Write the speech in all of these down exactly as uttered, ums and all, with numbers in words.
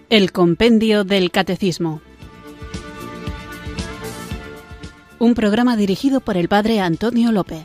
El Compendio del Catecismo. Un programa dirigido por el Padre Antonio López.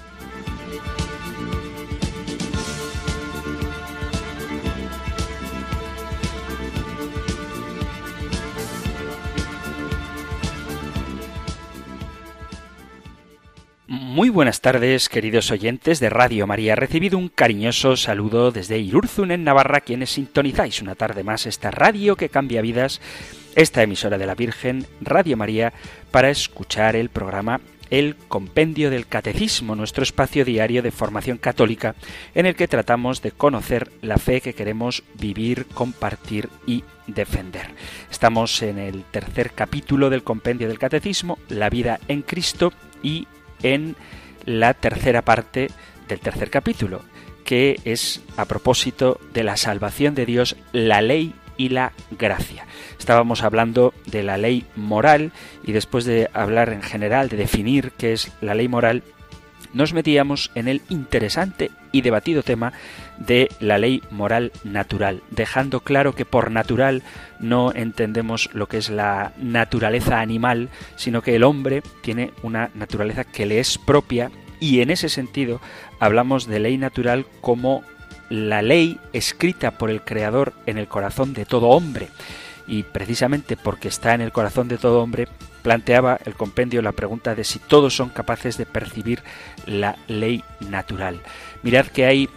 Muy buenas tardes, queridos oyentes de Radio María. Recibido un cariñoso saludo desde Irurzun, en Navarra, quienes sintonizáis una tarde más esta radio que cambia vidas, esta emisora de la Virgen, Radio María, para escuchar el programa El Compendio del Catecismo, nuestro espacio diario de formación católica, en el que tratamos de conocer la fe que queremos vivir, compartir y defender. Estamos en el tercer capítulo del Compendio del Catecismo, La vida en Cristo, y en la tercera parte del tercer capítulo, que es a propósito de la salvación de Dios, la ley y la gracia. Estábamos hablando de la ley moral y después de hablar en general, de definir qué es la ley moral, nos metíamos en el interesante y debatido tema de la ley moral natural, dejando claro que por natural no entendemos lo que es la naturaleza animal, sino que el hombre tiene una naturaleza que le es propia, y en ese sentido hablamos de ley natural como la ley escrita por el Creador en el corazón de todo hombre. Y precisamente porque está en el corazón de todo hombre, planteaba el compendio la pregunta de si todos son capaces de percibir la ley natural. Mirad que hay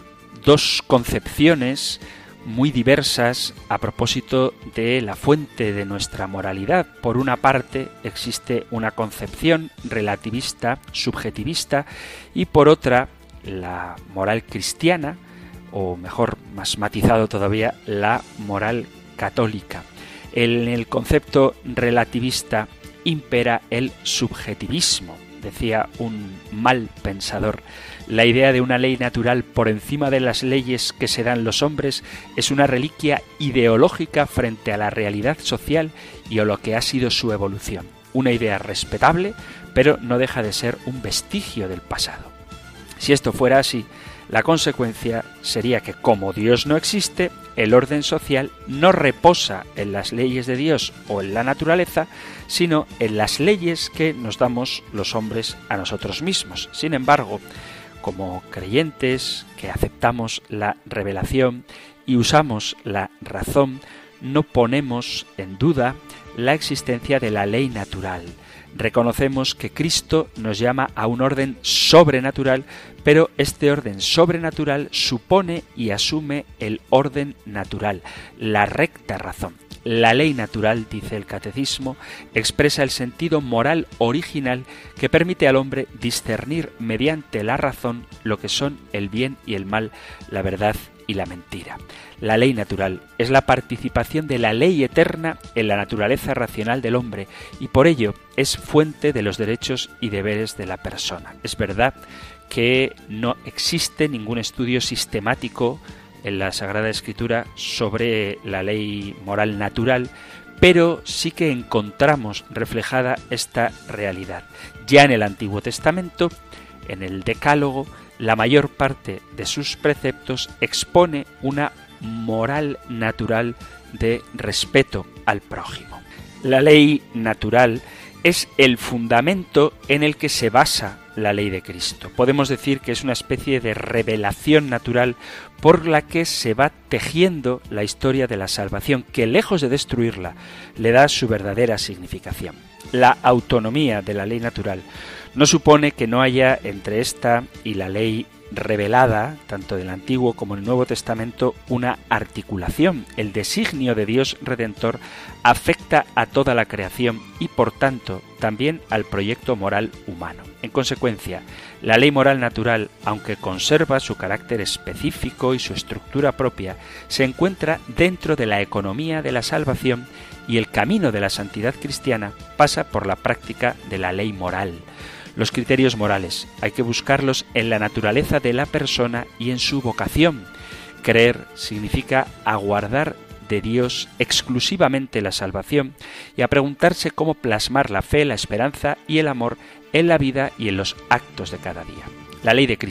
dos concepciones muy diversas a propósito de la fuente de nuestra moralidad. Por una parte existe una concepción relativista, subjetivista, y por otra la moral cristiana, o mejor, más matizado todavía, la moral católica. En el concepto relativista impera el subjetivismo, decía un mal pensador. La idea de una ley natural por encima de las leyes que se dan los hombres es una reliquia ideológica frente a la realidad social y a lo que ha sido su evolución. Una idea respetable, pero no deja de ser un vestigio del pasado. Si esto fuera así, la consecuencia sería que, como Dios no existe, el orden social no reposa en las leyes de Dios o en la naturaleza, sino en las leyes que nos damos los hombres a nosotros mismos. Sin embargo, como creyentes que aceptamos la revelación y usamos la razón, no ponemos en duda la existencia de la ley natural. Reconocemos que Cristo nos llama a un orden sobrenatural, pero este orden sobrenatural supone y asume el orden natural, la recta razón. La ley natural, dice el Catecismo, expresa el sentido moral original que permite al hombre discernir mediante la razón lo que son el bien y el mal, la verdad y la mentira. La ley natural es la participación de la ley eterna en la naturaleza racional del hombre y por ello es fuente de los derechos y deberes de la persona. Es verdad que no existe ningún estudio sistemático en la Sagrada Escritura sobre la ley moral natural, pero sí que encontramos reflejada esta realidad. Ya en el Antiguo Testamento, en el Decálogo, la mayor parte de sus preceptos expone una moral natural de respeto al prójimo. La ley natural es el fundamento en el que se basa la ley de Cristo. Podemos decir que es una especie de revelación natural por la que se va tejiendo la historia de la salvación, que lejos de destruirla, le da su verdadera significación. La autonomía de la ley natural no supone que no haya entre esta y la ley revelada, tanto del Antiguo como del Nuevo Testamento, una articulación. El designio de Dios Redentor afecta a toda la creación y, por tanto, también al proyecto moral humano. En consecuencia, la ley moral natural, aunque conserva su carácter específico y su estructura propia, se encuentra dentro de la economía de la salvación y el camino de la santidad cristiana pasa por la práctica de la ley moral. Los criterios morales hay que buscarlos en la naturaleza de la persona y en su vocación. Creer significa aguardar de Dios exclusivamente la salvación y a preguntarse cómo plasmar la fe, la esperanza y el amor en la vida y en los actos de cada día. La ley de Cristo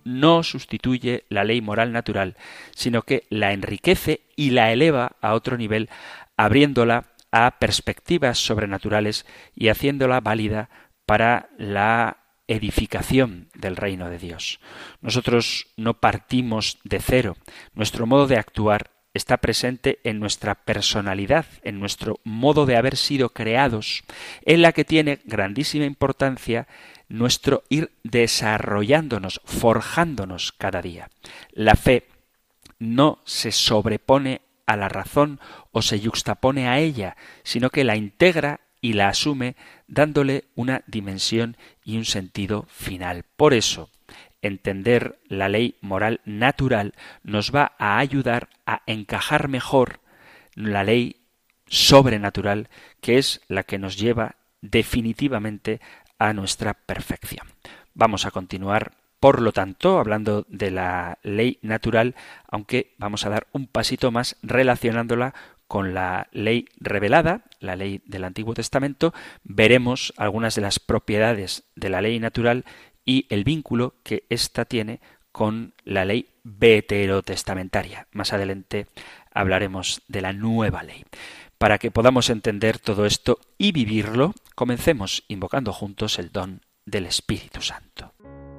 no sustituye la ley moral natural, sino que la enriquece y la eleva a otro nivel, abriéndola a perspectivas sobrenaturales y haciéndola válida para la edificación del reino de Dios. Nosotros no partimos de cero. Nuestro modo de actuar está presente en nuestra personalidad, en nuestro modo de haber sido creados, en la que tiene grandísima importancia nuestro ir desarrollándonos, forjándonos cada día. La fe no se sobrepone a la razón o se yuxtapone a ella, sino que la integra y la asume dándole una dimensión y un sentido final. Por eso, entender la ley moral natural nos va a ayudar a encajar mejor la ley sobrenatural, que es la que nos lleva definitivamente a nuestra perfección. Vamos a continuar, por lo tanto, hablando de la ley natural, aunque vamos a dar un pasito más relacionándola con la ley revelada, la ley del Antiguo Testamento. Veremos algunas de las propiedades de la ley natural y el vínculo que ésta tiene con la ley veterotestamentaria. Más adelante hablaremos de la nueva ley. Para que podamos entender todo esto y vivirlo, comencemos invocando juntos el don del Espíritu Santo.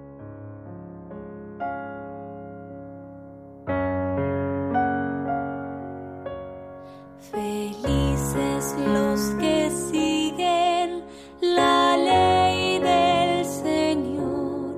Felices los que siguen la ley del Señor.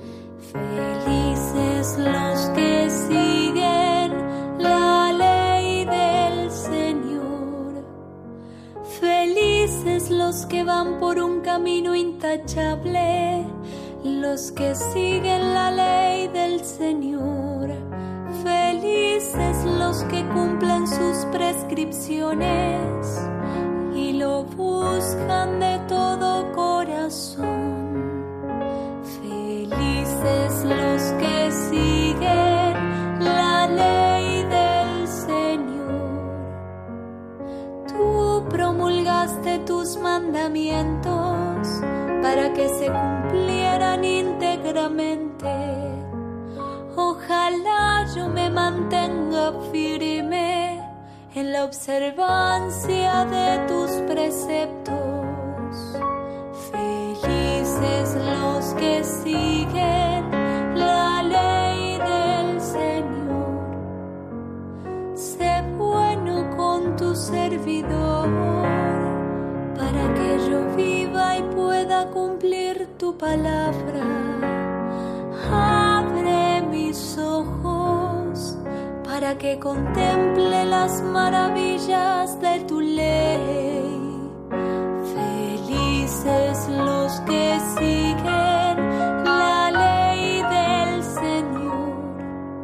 Felices los que siguen la ley del Señor. Felices los que van por un camino intachable, los que siguen la ley del Señor. Felices los que cumplen sus prescripciones y lo buscan de todo corazón. Felices los que siguen la ley del Señor. Tú promulgaste tus mandamientos para que se cumplieran íntegramente. Ojalá yo me mantenga firme en la observancia de tus preceptos. Felices los que siguen la ley del Señor. Sé bueno con tu servidor, para que yo viva y pueda cumplir tu palabra. Abre mis ojos para que contemple las maravillas de tu ley. Felices los que siguen la ley del Señor.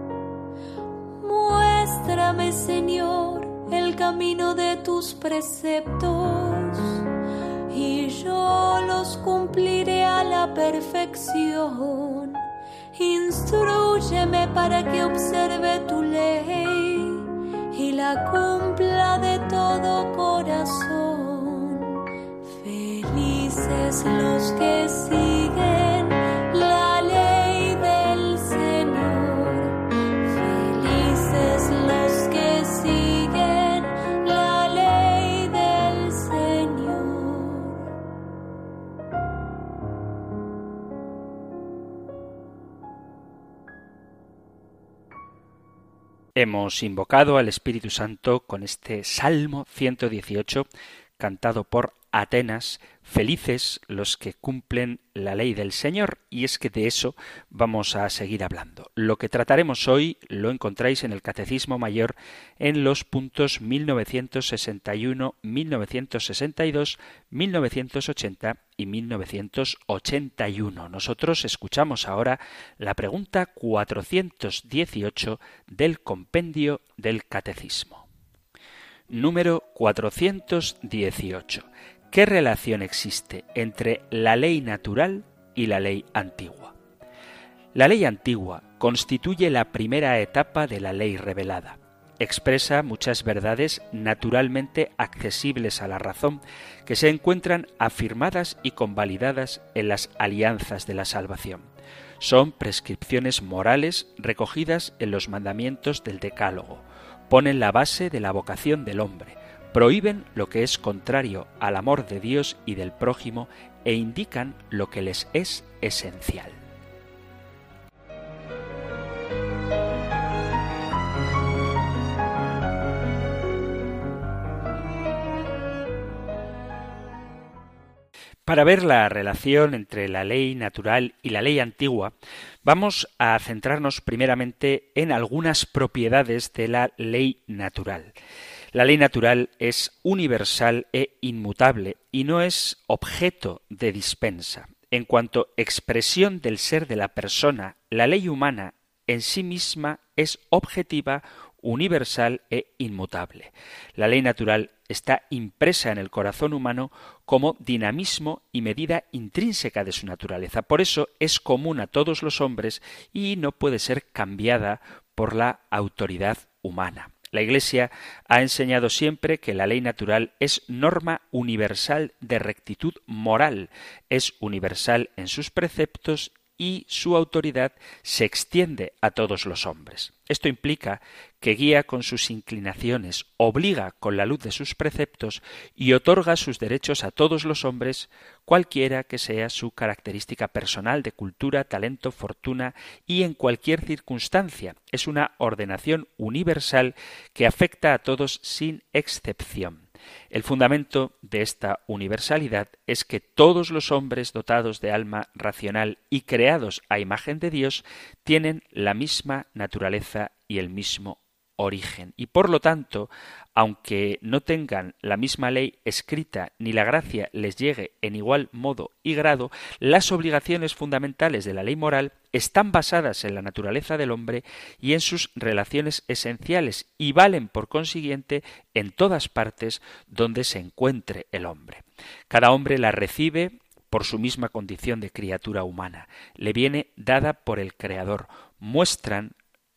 Muéstrame, Señor, el camino de tus preceptos, y yo los cumpliré a la perfección. Instrúyeme para que observe tu ley y la cumpla de todo corazón. Felices los que siguen la ley del Señor. Felices los que siguen la ley del Señor. Hemos invocado al Espíritu Santo con este Salmo ciento dieciocho, cantado por Atenas. Felices los que cumplen la ley del Señor. Y es que de eso vamos a seguir hablando. Lo que trataremos hoy lo encontráis en el Catecismo Mayor en los puntos mil novecientos sesenta y uno, mil novecientos sesenta y dos, mil novecientos ochenta y mil novecientos ochenta y uno. Nosotros escuchamos ahora la pregunta cuatrocientos dieciocho del compendio del Catecismo. Número cuatrocientos dieciocho. ¿Qué relación existe entre la ley natural y la ley antigua? La ley antigua constituye la primera etapa de la ley revelada. expresa muchas verdades naturalmente accesibles a la razón, que se encuentran afirmadas y convalidadas en las alianzas de la salvación. Son prescripciones morales recogidas en los mandamientos del Decálogo. Ponen la base de la vocación del hombre, prohíben lo que es contrario al amor de Dios y del prójimo e indican lo que les es esencial. Para ver la relación entre la ley natural y la ley antigua, vamos a centrarnos primeramente en algunas propiedades de la ley natural. La ley natural es universal e inmutable y no es objeto de dispensa. En cuanto expresión del ser de la persona, la ley humana en sí misma es objetiva, universal e inmutable. La ley natural está impresa en el corazón humano como dinamismo y medida intrínseca de su naturaleza. Por eso es común a todos los hombres y no puede ser cambiada por la autoridad humana. La Iglesia ha enseñado siempre que la ley natural es norma universal de rectitud moral, es universal en sus preceptos y su autoridad se extiende a todos los hombres. Esto implica que guía con sus inclinaciones, obliga con la luz de sus preceptos y otorga sus derechos a todos los hombres, cualquiera que sea su característica personal de cultura, talento, fortuna y en cualquier circunstancia. Es una ordenación universal que afecta a todos sin excepción. El fundamento de esta universalidad es que todos los hombres dotados de alma racional y creados a imagen de Dios tienen la misma naturaleza y el mismo origen. Y por lo tanto, aunque no tengan la misma ley escrita ni la gracia les llegue en igual modo y grado, las obligaciones fundamentales de la ley moral están basadas en la naturaleza del hombre y en sus relaciones esenciales y valen por consiguiente en todas partes donde se encuentre el hombre. Cada hombre la recibe por su misma condición de criatura humana, le viene dada por el Creador, muestran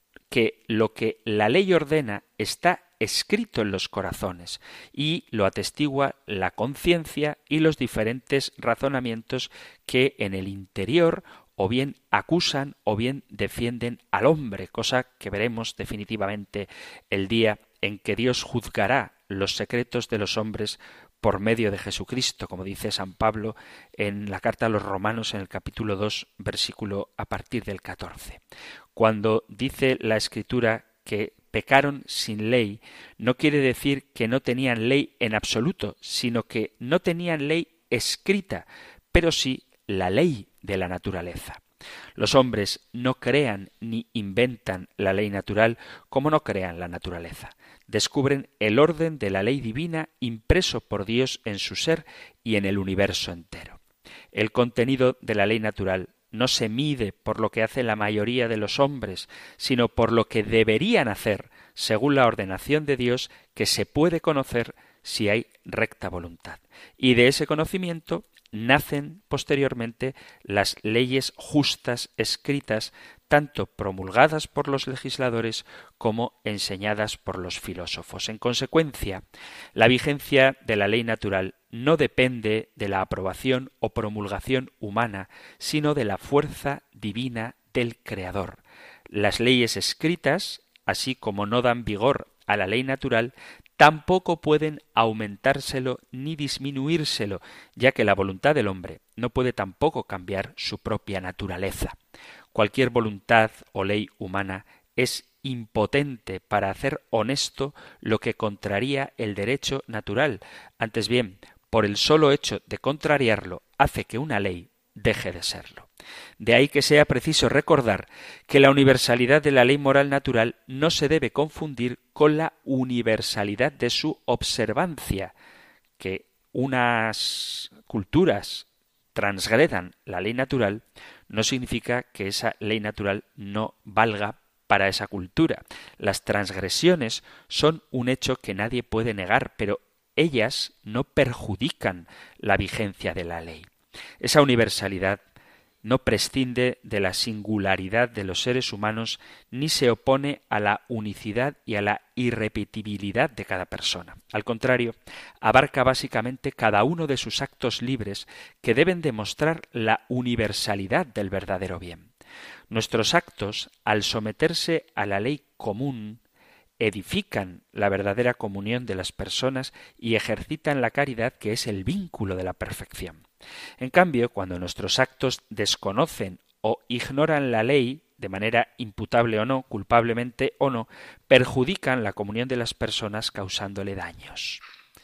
que lo que la ley ordena está escrito en los corazones y lo atestigua la conciencia y los diferentes razonamientos que en el interior o bien acusan o bien defienden al hombre, cosa que veremos definitivamente el día en que Dios juzgará los secretos de los hombres por medio de Jesucristo, como dice San Pablo en la carta a los Romanos en el capítulo dos, versículo a partir del catorce. Cuando dice la Escritura que pecaron sin ley, no quiere decir que no tenían ley en absoluto, sino que no tenían ley escrita, pero sí la ley de la naturaleza. Los hombres no crean ni inventan la ley natural como no crean la naturaleza. Descubren el orden de la ley divina impreso por Dios en su ser y en el universo entero. El contenido de la ley natural no se mide por lo que hace la mayoría de los hombres, sino por lo que deberían hacer según la ordenación de Dios que se puede conocer si hay recta voluntad. Y de ese conocimiento nacen posteriormente las leyes justas escritas, tanto promulgadas por los legisladores como enseñadas por los filósofos. En consecuencia, la vigencia de la ley natural no depende de la aprobación o promulgación humana, sino de la fuerza divina del Creador. Las leyes escritas, así como no dan vigor a la ley natural, tampoco pueden aumentárselo ni disminuírselo, ya que la voluntad del hombre no puede tampoco cambiar su propia naturaleza. Cualquier voluntad o ley humana es impotente para hacer honesto lo que contraría el derecho natural. Antes bien, por el solo hecho de contrariarlo, hace que una ley deje de serlo. De ahí que sea preciso recordar que la universalidad de la ley moral natural no se debe confundir con la universalidad de su observancia, que unas culturas transgredan la ley natural no significa que esa ley natural no valga para esa cultura. Las transgresiones son un hecho que nadie puede negar, pero ellas no perjudican la vigencia de la ley. Esa universalidad no prescinde de la singularidad de los seres humanos ni se opone a la unicidad y a la irrepetibilidad de cada persona. Al contrario, abarca básicamente cada uno de sus actos libres que deben demostrar la universalidad del verdadero bien. Nuestros actos, al someterse a la ley común, edifican la verdadera comunión de las personas y ejercitan la caridad, que es el vínculo de la perfección. En cambio, cuando nuestros actos desconocen o ignoran la ley, de manera imputable o no, culpablemente o no, perjudican la comunión de las personas causándole daños.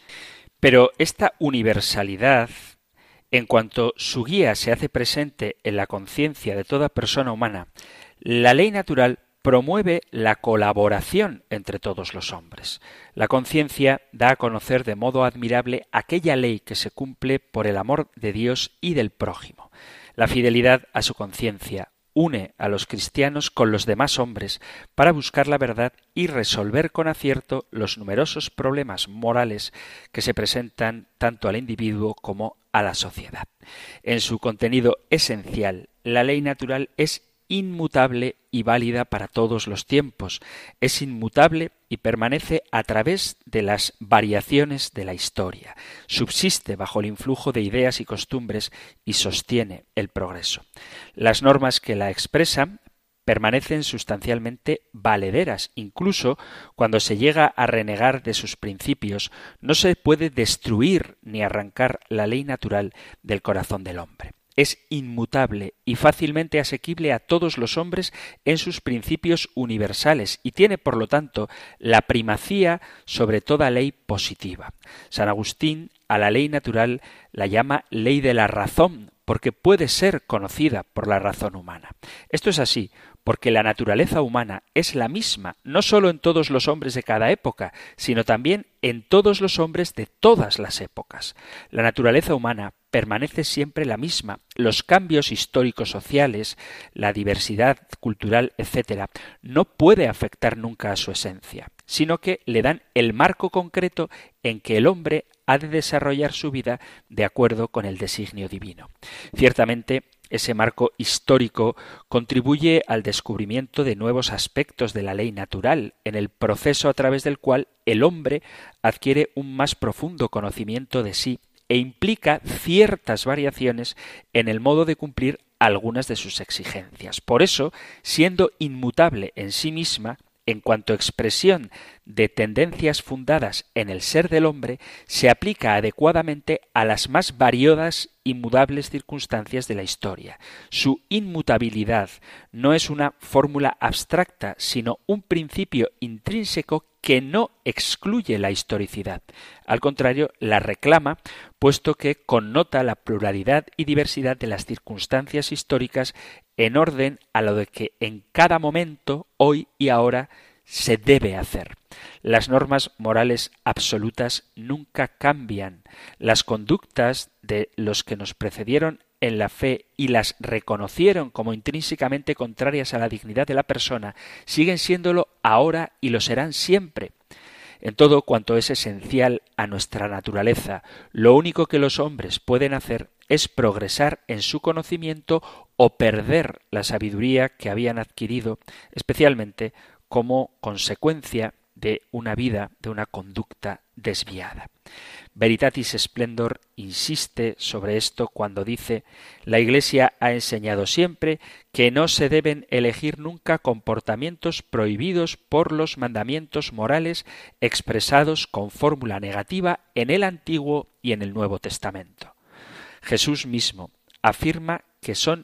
Pero esta universalidad, en cuanto su guía se hace presente en la conciencia de toda persona humana, la ley natural promueve la colaboración entre todos los hombres. La conciencia da a conocer de modo admirable aquella ley que se cumple por el amor de Dios y del prójimo. La fidelidad a su conciencia une a los cristianos con los demás hombres para buscar la verdad y resolver con acierto los numerosos problemas morales que se presentan tanto al individuo como a la sociedad. En su contenido esencial, la ley natural es inmutable y válida para todos los tiempos. Es inmutable y permanece a través de las variaciones de la historia. Subsiste bajo el influjo de ideas y costumbres y sostiene el progreso. Las normas que la expresan permanecen sustancialmente valederas. Incluso cuando se llega a renegar de sus principios, no se puede destruir ni arrancar la ley natural del corazón del hombre. Es inmutable y fácilmente asequible a todos los hombres en sus principios universales y tiene, por lo tanto, la primacía sobre toda ley positiva. San Agustín a la ley natural la llama ley de la razón, porque puede ser conocida por la razón humana. Esto es así porque la naturaleza humana es la misma, no solo en todos los hombres de cada época, sino también en todos los hombres de todas las épocas. La naturaleza humana permanece siempre la misma. Los cambios históricos sociales, la diversidad cultural, etcétera, no puede afectar nunca a su esencia, sino que le dan el marco concreto en que el hombre ha de desarrollar su vida de acuerdo con el designio divino. Ciertamente, ese marco histórico contribuye al descubrimiento de nuevos aspectos de la ley natural, en el proceso a través del cual el hombre adquiere un más profundo conocimiento de sí e implica ciertas variaciones en el modo de cumplir algunas de sus exigencias. Por eso, siendo inmutable en sí misma, en cuanto a expresión de tendencias fundadas en el ser del hombre, se aplica adecuadamente a las más variadas y mudables circunstancias de la historia. Su inmutabilidad no es una fórmula abstracta, sino un principio intrínseco que no excluye la historicidad. Al contrario, la reclama, puesto que connota la pluralidad y diversidad de las circunstancias históricas en orden a lo de que en cada momento, hoy y ahora, se debe hacer. Las normas morales absolutas nunca cambian. Las conductas de los que nos precedieron en la fe y las reconocieron como intrínsecamente contrarias a la dignidad de la persona, siguen siéndolo ahora y lo serán siempre. En todo cuanto es esencial a nuestra naturaleza, lo único que los hombres pueden hacer es progresar en su conocimiento o perder la sabiduría que habían adquirido, especialmente como consecuencia de una vida, de una conducta desviada. Veritatis Splendor insiste sobre esto cuando dice: la Iglesia ha enseñado siempre que no se deben elegir nunca comportamientos prohibidos por los mandamientos morales expresados con fórmula negativa en el Antiguo y en el Nuevo Testamento. Jesús mismo afirma que son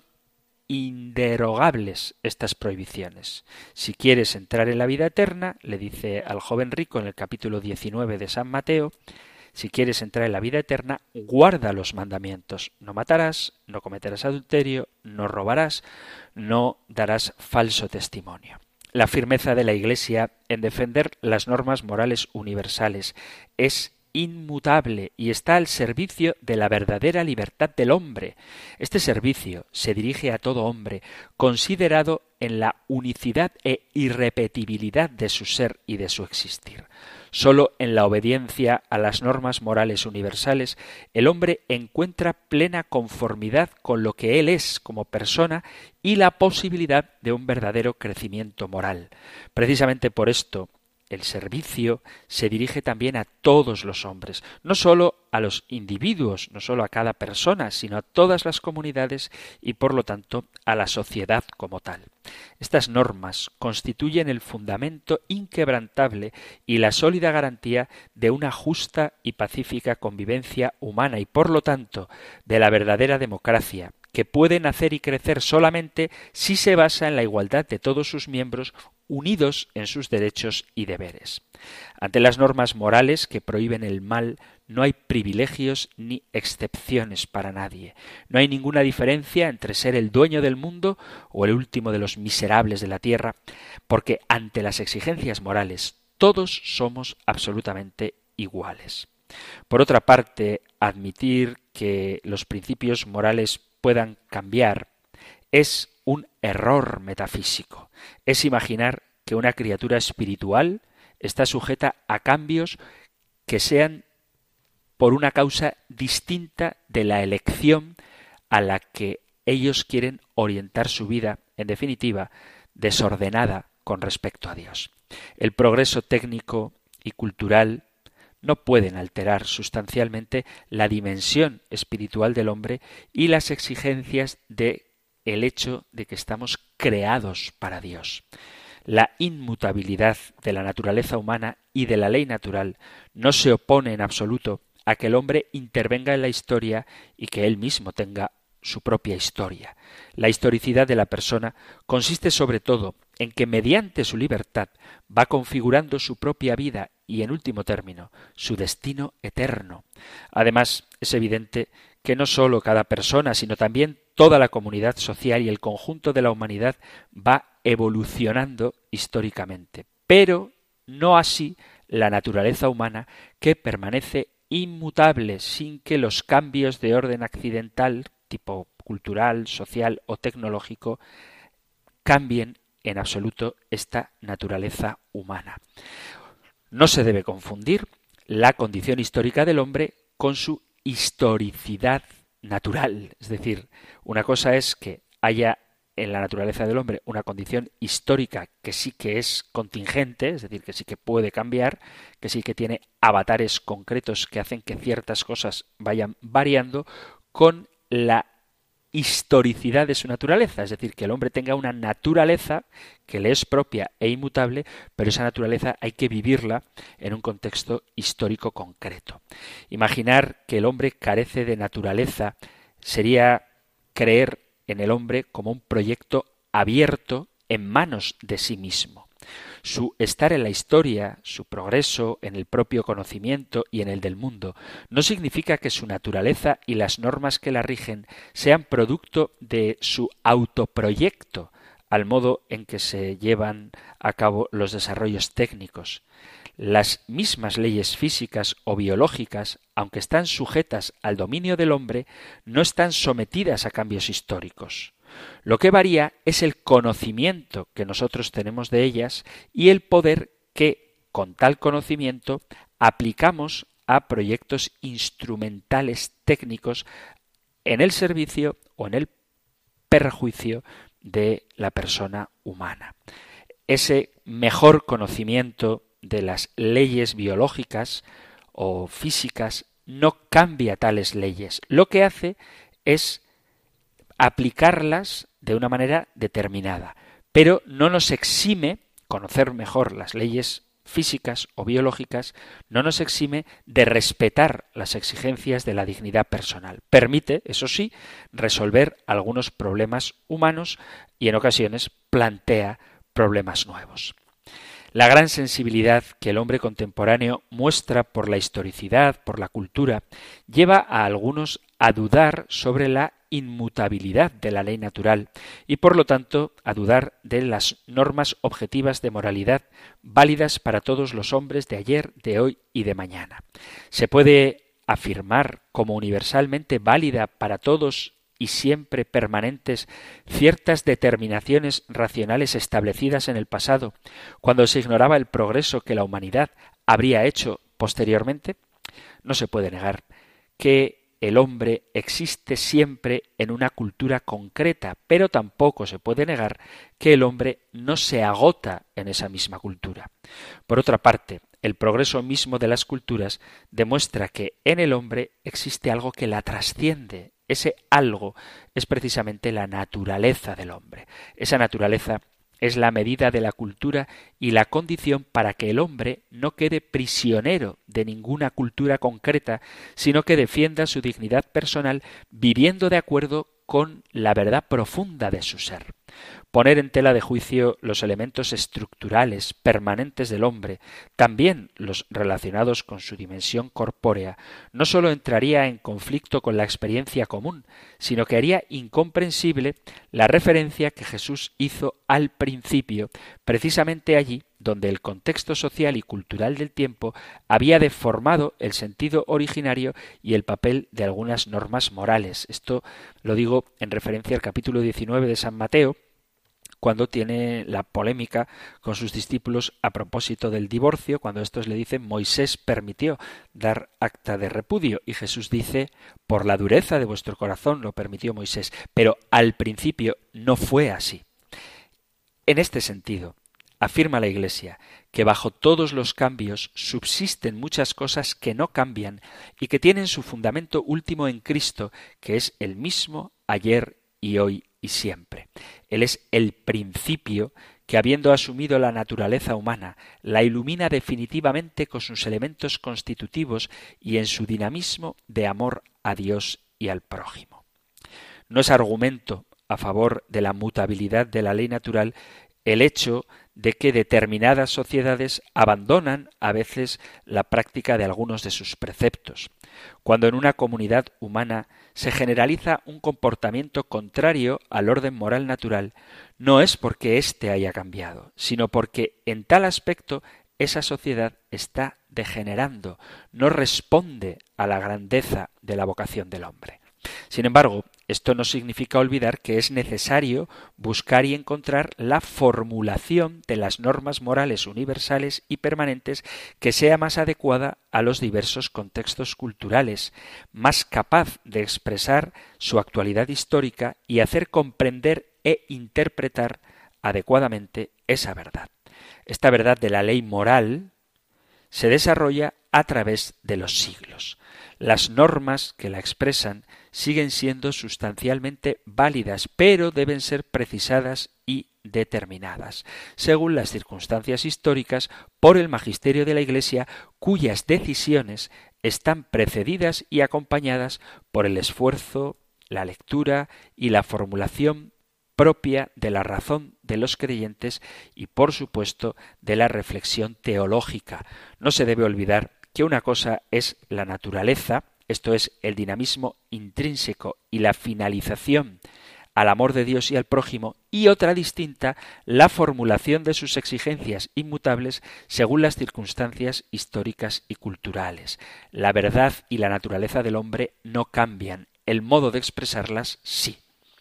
inderogables estas prohibiciones. Si quieres entrar en la vida eterna, le dice al joven rico en el capítulo diecinueve de San Mateo, si quieres entrar en la vida eterna, guarda los mandamientos. No matarás, no cometerás adulterio, no robarás, no darás falso testimonio. La firmeza de la Iglesia en defender las normas morales universales es inmutable y está al servicio de la verdadera libertad del hombre. Este servicio se dirige a todo hombre, considerado en la unicidad e irrepetibilidad de su ser y de su existir. Solo en la obediencia a las normas morales universales el hombre encuentra plena conformidad con lo que él es como persona y la posibilidad de un verdadero crecimiento moral. Precisamente por esto, el servicio se dirige también a todos los hombres, no solo a los individuos, no solo a cada persona, sino a todas las comunidades y por lo tanto a la sociedad como tal. Estas normas constituyen el fundamento inquebrantable y la sólida garantía de una justa y pacífica convivencia humana y por lo tanto de la verdadera democracia, que puede nacer y crecer solamente si se basa en la igualdad de todos sus miembros unidos en sus derechos y deberes. Ante las normas morales que prohíben el mal, no hay privilegios ni excepciones para nadie. No hay ninguna diferencia entre ser el dueño del mundo o el último de los miserables de la tierra, porque ante las exigencias morales todos somos absolutamente iguales. Por otra parte, admitir que los principios morales puedan cambiar es un error metafísico. Es imaginar que una criatura espiritual está sujeta a cambios que sean por una causa distinta de la elección a la que ellos quieren orientar su vida, en definitiva, desordenada con respecto a Dios. El progreso técnico y cultural no pueden alterar sustancialmente la dimensión espiritual del hombre y las exigencias de el hecho de que estamos creados para Dios. La inmutabilidad de la naturaleza humana y de la ley natural no se opone en absoluto a que el hombre intervenga en la historia y que él mismo tenga su propia historia. La historicidad de la persona consiste sobre todo en que mediante su libertad va configurando su propia vida y, en último término, su destino eterno. Además, es evidente que no sólo cada persona, sino también toda la comunidad social y el conjunto de la humanidad va evolucionando históricamente, pero no así la naturaleza humana, que permanece inmutable sin que los cambios de orden accidental, tipo cultural, social o tecnológico, cambien en absoluto esta naturaleza humana. No se debe confundir la condición histórica del hombre con su historicidad natural. Es decir, una cosa es que haya en la naturaleza del hombre una condición histórica que sí que es contingente, es decir, que sí que puede cambiar, que sí que tiene avatares concretos que hacen que ciertas cosas vayan variando, con la historicidad de su naturaleza, es decir, que el hombre tenga una naturaleza que le es propia e inmutable, pero esa naturaleza hay que vivirla en un contexto histórico concreto. Imaginar que el hombre carece de naturaleza sería creer en el hombre como un proyecto abierto en manos de sí mismo. Su estar en la historia, su progreso en el propio conocimiento y en el del mundo, no significa que su naturaleza y las normas que la rigen sean producto de su autoproyecto, al modo en que se llevan a cabo los desarrollos técnicos. Las mismas leyes físicas o biológicas, aunque están sujetas al dominio del hombre, no están sometidas a cambios históricos. Lo que varía es el conocimiento que nosotros tenemos de ellas y el poder que, con tal conocimiento, aplicamos a proyectos instrumentales técnicos en el servicio o en el perjuicio de la persona humana. Ese mejor conocimiento de las leyes biológicas o físicas no cambia tales leyes. Lo que hace es aplicarlas de una manera determinada, pero no nos exime, conocer mejor las leyes físicas o biológicas, no nos exime de respetar las exigencias de la dignidad personal. Permite, eso sí, resolver algunos problemas humanos y en ocasiones plantea problemas nuevos. La gran sensibilidad que el hombre contemporáneo muestra por la historicidad, por la cultura, lleva a algunos a dudar sobre la inmutabilidad de la ley natural y por lo tanto a dudar de las normas objetivas de moralidad válidas para todos los hombres de ayer, de hoy y de mañana. Se puede afirmar como universalmente válida para todos y siempre permanentes ciertas determinaciones racionales establecidas en el pasado, cuando se ignoraba el progreso que la humanidad habría hecho posteriormente. No se puede negar que el hombre existe siempre en una cultura concreta, pero tampoco se puede negar que el hombre no se agota en esa misma cultura. Por otra parte, el progreso mismo de las culturas demuestra que en el hombre existe algo que la trasciende. Ese algo es precisamente la naturaleza del hombre. Esa naturaleza es la medida de la cultura y la condición para que el hombre no quede prisionero de ninguna cultura concreta, sino que defienda su dignidad personal viviendo de acuerdo con la verdad profunda de su ser. Poner en tela de juicio los elementos estructurales permanentes del hombre, también los relacionados con su dimensión corpórea, no sólo entraría en conflicto con la experiencia común, sino que haría incomprensible la referencia que Jesús hizo al principio, precisamente allí donde el contexto social y cultural del tiempo había deformado el sentido originario y el papel de algunas normas morales. Esto lo digo en referencia al capítulo diecinueve de San Mateo, cuando tiene la polémica con sus discípulos a propósito del divorcio, cuando estos le dicen Moisés permitió dar acta de repudio y Jesús dice por la dureza de vuestro corazón lo permitió Moisés, pero al principio no fue así. En este sentido, afirma la Iglesia que bajo todos los cambios subsisten muchas cosas que no cambian y que tienen su fundamento último en Cristo, que es el mismo ayer y hoy y siempre. Él es el principio que, habiendo asumido la naturaleza humana, la ilumina definitivamente con sus elementos constitutivos y en su dinamismo de amor a Dios y al prójimo. No es argumento a favor de la mutabilidad de la ley natural el hecho de que determinadas sociedades abandonan a veces la práctica de algunos de sus preceptos. Cuando en una comunidad humana se generaliza un comportamiento contrario al orden moral natural, no es porque éste haya cambiado, sino porque en tal aspecto esa sociedad está degenerando, no responde a la grandeza de la vocación del hombre. Sin embargo, esto no significa olvidar que es necesario buscar y encontrar la formulación de las normas morales universales y permanentes que sea más adecuada a los diversos contextos culturales, más capaz de expresar su actualidad histórica y hacer comprender e interpretar adecuadamente esa verdad. Esta verdad de la ley moral se desarrolla a través de los siglos. Las normas que la expresan siguen siendo sustancialmente válidas, pero deben ser precisadas y determinadas, según las circunstancias históricas, por el magisterio de la Iglesia, cuyas decisiones están precedidas y acompañadas por el esfuerzo, la lectura y la formulación propia de la razón de los creyentes y, por supuesto, de la reflexión teológica. No se debe olvidar que una cosa es la naturaleza, esto es el dinamismo intrínseco y la finalización al amor de Dios y al prójimo, y otra distinta, la formulación de sus exigencias inmutables según las circunstancias históricas y culturales. La verdad y la naturaleza del hombre no cambian, el modo de expresarlas sí.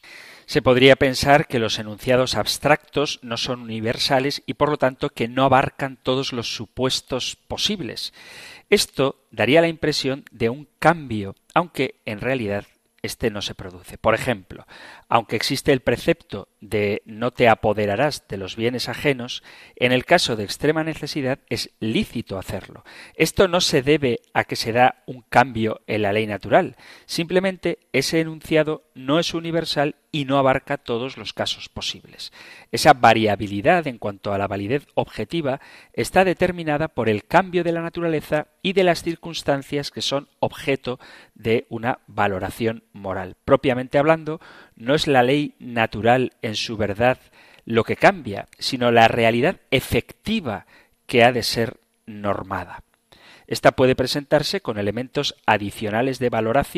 Se podría pensar que los enunciados abstractos no son universales y por lo tanto que no abarcan todos los supuestos posibles. Esto daría la impresión de un cambio, aunque en realidad este no se produce. Por ejemplo, aunque existe el precepto de no te apoderarás de los bienes ajenos, en el caso de extrema necesidad es lícito hacerlo. Esto no se debe a que se da un cambio en la ley natural, simplemente ese enunciado no es universal y no abarca todos los casos posibles. Esa variabilidad en cuanto a la validez objetiva está determinada por el cambio de la naturaleza y de las circunstancias que son objeto de una valoración moral. Propiamente hablando, no es la ley natural en su verdad lo que cambia, sino la realidad efectiva que ha de ser normada. Esta puede presentarse con elementos adicionales de valoración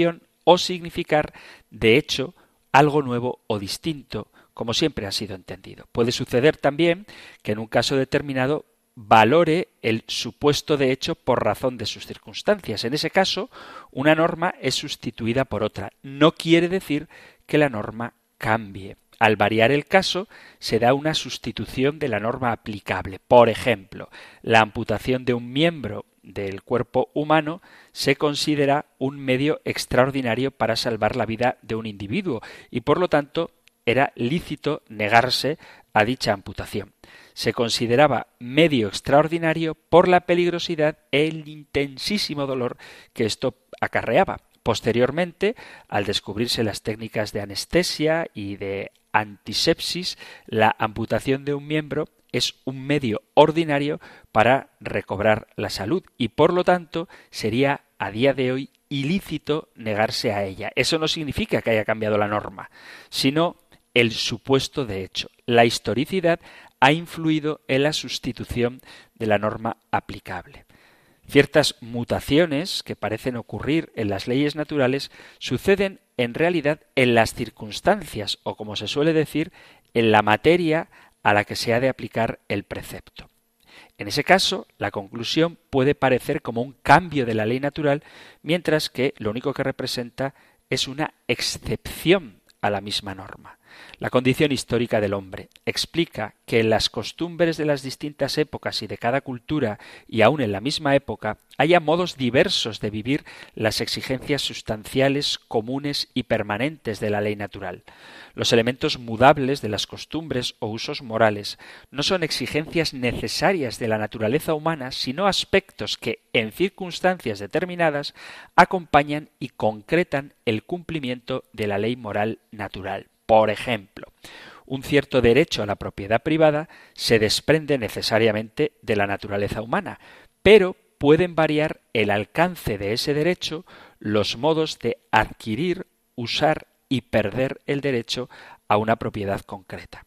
o significar, de hecho, algo nuevo o distinto, como siempre ha sido entendido. Puede suceder también que en un caso determinado valore el supuesto de hecho por razón de sus circunstancias. En ese caso, una norma es sustituida por otra. No quiere decir que la norma cambie. Al variar el caso, se da una sustitución de la norma aplicable. Por ejemplo, la amputación de un miembro del cuerpo humano se considera un medio extraordinario para salvar la vida de un individuo y, por lo tanto, era lícito negarse a dicha amputación. Se consideraba medio extraordinario por la peligrosidad e el intensísimo dolor que esto acarreaba. Posteriormente, al descubrirse las técnicas de anestesia y de antisepsis, la amputación de un miembro es un medio ordinario para recobrar la salud y, por lo tanto, sería a día de hoy ilícito negarse a ella. Eso no significa que haya cambiado la norma, sino el supuesto de hecho. La historicidad ha influido en la sustitución de la norma aplicable. Ciertas mutaciones que parecen ocurrir en las leyes naturales suceden en realidad en las circunstancias o, como se suele decir, en la materia a la que se ha de aplicar el precepto. En ese caso, la conclusión puede parecer como un cambio de la ley natural, mientras que lo único que representa es una excepción a la misma norma. La condición histórica del hombre explica que en las costumbres de las distintas épocas y de cada cultura, y aún en la misma época, haya modos diversos de vivir las exigencias sustanciales, comunes y permanentes de la ley natural. Los elementos mudables de las costumbres o usos morales no son exigencias necesarias de la naturaleza humana, sino aspectos que, en circunstancias determinadas, acompañan y concretan el cumplimiento de la ley moral natural. Por ejemplo, un cierto derecho a la propiedad privada se desprende necesariamente de la naturaleza humana, pero pueden variar el alcance de ese derecho, los modos de adquirir, usar y perder el derecho a una propiedad concreta.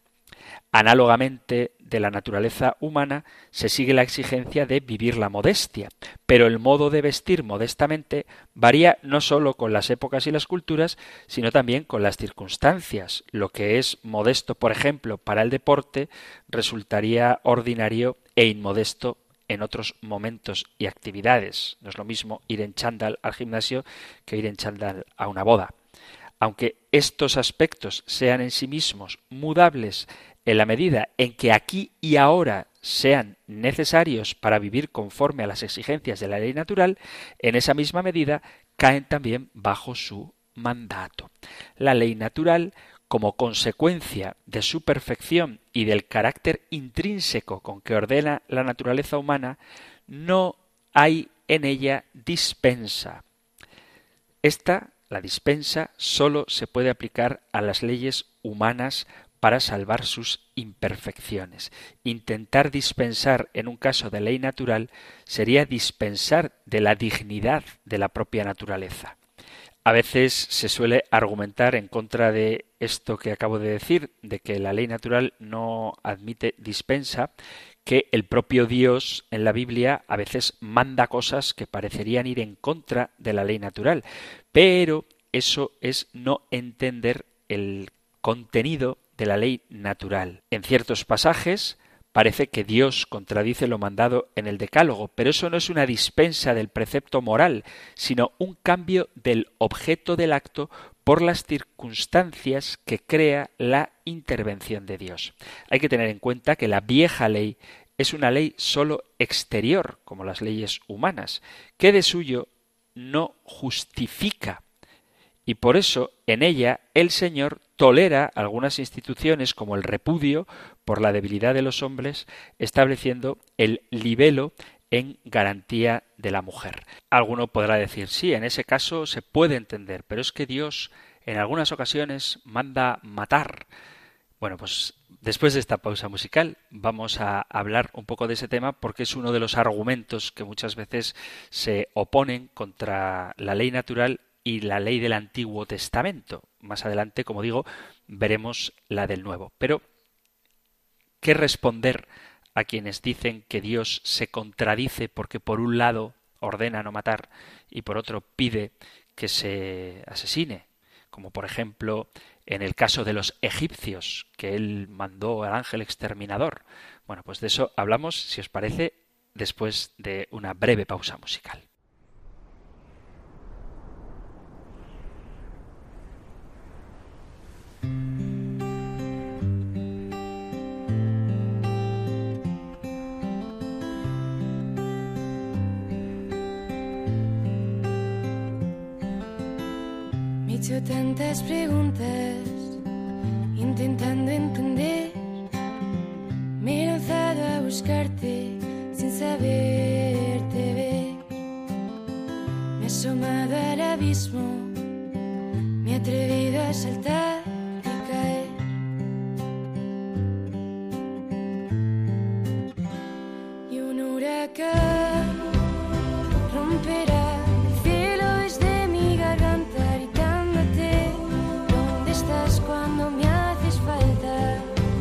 Análogamente de la naturaleza humana se sigue la exigencia de vivir la modestia, pero el modo de vestir modestamente varía no solo con las épocas y las culturas, sino también con las circunstancias. Lo que es modesto, por ejemplo, para el deporte, resultaría ordinario e inmodesto en otros momentos y actividades. No es lo mismo ir en chándal al gimnasio que ir en chándal a una boda. Aunque estos aspectos sean en sí mismos mudables en la medida en que aquí y ahora sean necesarios para vivir conforme a las exigencias de la ley natural, en esa misma medida caen también bajo su mandato. La ley natural, como consecuencia de su perfección y del carácter intrínseco con que ordena la naturaleza humana, no hay en ella dispensa. Esta, la dispensa, solo se puede aplicar a las leyes humanas para salvar sus imperfecciones. Intentar dispensar en un caso de ley natural sería dispensar de la dignidad de la propia naturaleza. A veces se suele argumentar en contra de esto que acabo de decir, de que la ley natural no admite dispensa, que el propio Dios en la Biblia a veces manda cosas que parecerían ir en contra de la ley natural, pero eso es no entender el contenido de la ley natural. En ciertos pasajes parece que Dios contradice lo mandado en el Decálogo, pero eso no es una dispensa del precepto moral, sino un cambio del objeto del acto por las circunstancias que crea la intervención de Dios. Hay que tener en cuenta que la vieja ley es una ley solo exterior, como las leyes humanas, que de suyo no justifica. Y por eso en ella el Señor tolera algunas instituciones como el repudio por la debilidad de los hombres, estableciendo el libelo en garantía de la mujer. Alguno podrá decir, sí, en ese caso se puede entender, pero es que Dios en algunas ocasiones manda matar. Bueno, pues después de esta pausa musical vamos a hablar un poco de ese tema porque es uno de los argumentos que muchas veces se oponen contra la ley natural y la ley del Antiguo Testamento. Más adelante, como digo, veremos la del Nuevo. Pero, ¿qué responder a quienes dicen que Dios se contradice porque por un lado ordena no matar y por otro pide que se asesine, como por ejemplo en el caso de los egipcios, que él mandó al ángel exterminador. Bueno, pues de eso hablamos, si os parece, después de una breve pausa musical. Me he hecho tantas preguntas, intentando entender. Me he lanzado a buscarte sin saberte ver. Me he asomado al abismo, me he atrevido a saltar y caer. Y un huracán romperá el cielo desde mi garganta, gritándote: ¿dónde estás cuando me haces falta?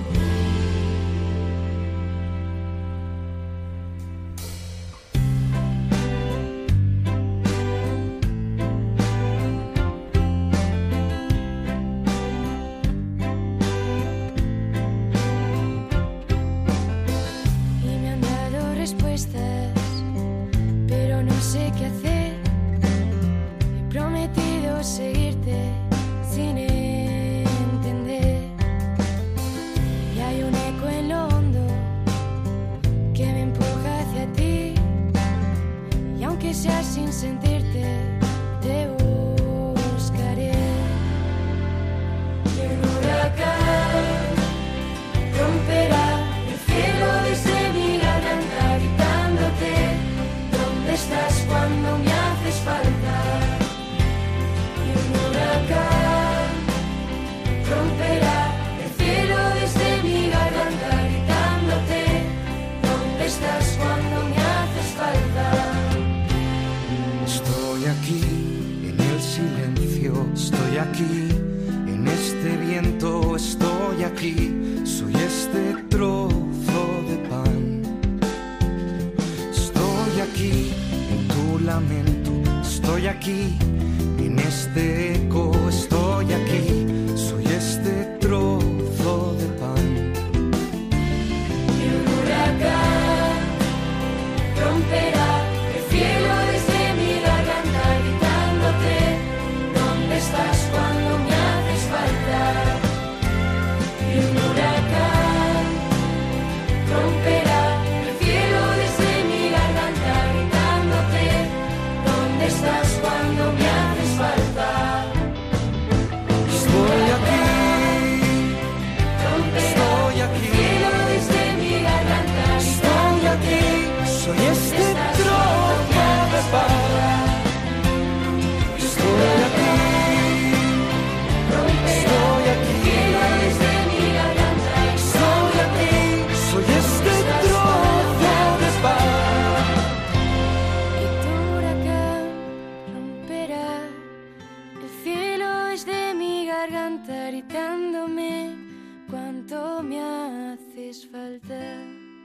Pero no sé qué hacer. He prometido seguirte sin entender. Y hay un eco en lo hondo que me empuja hacia ti. Y aunque sea sin sentirte, te buscaré. Y un huracán romperá el cielo desde mi garganta, gritándote: ¿dónde estás cuando me haces falta? Y un huracán romperá el cielo desde mi garganta, gritándote: ¿dónde estás cuando me haces falta? Estoy aquí en el silencio, estoy aquí en este viento, estoy aquí, soy este trozo de pan. Estoy aquí en tu lamento, estoy aquí en este eco, estoy aquí, soy este trozo de pan. Y un huracán romperá el cielo desde mi garganta, gritándote: ¿dónde estás cuando me haces falta? Y un huracán romperá el cielo desde mi garganta, gritándote: ¿dónde estás cuando me haces falta? Estoy aquí, Romperá estoy aquí, el cielo desde mi garganta, estoy aquí, soy este trozo de pan. Estoy aquí, estoy aquí, estoy aquí, soy este trozo de pan. y tu huracán romperá el cielo desde mi garganta, gritándome cuánto me haces falta.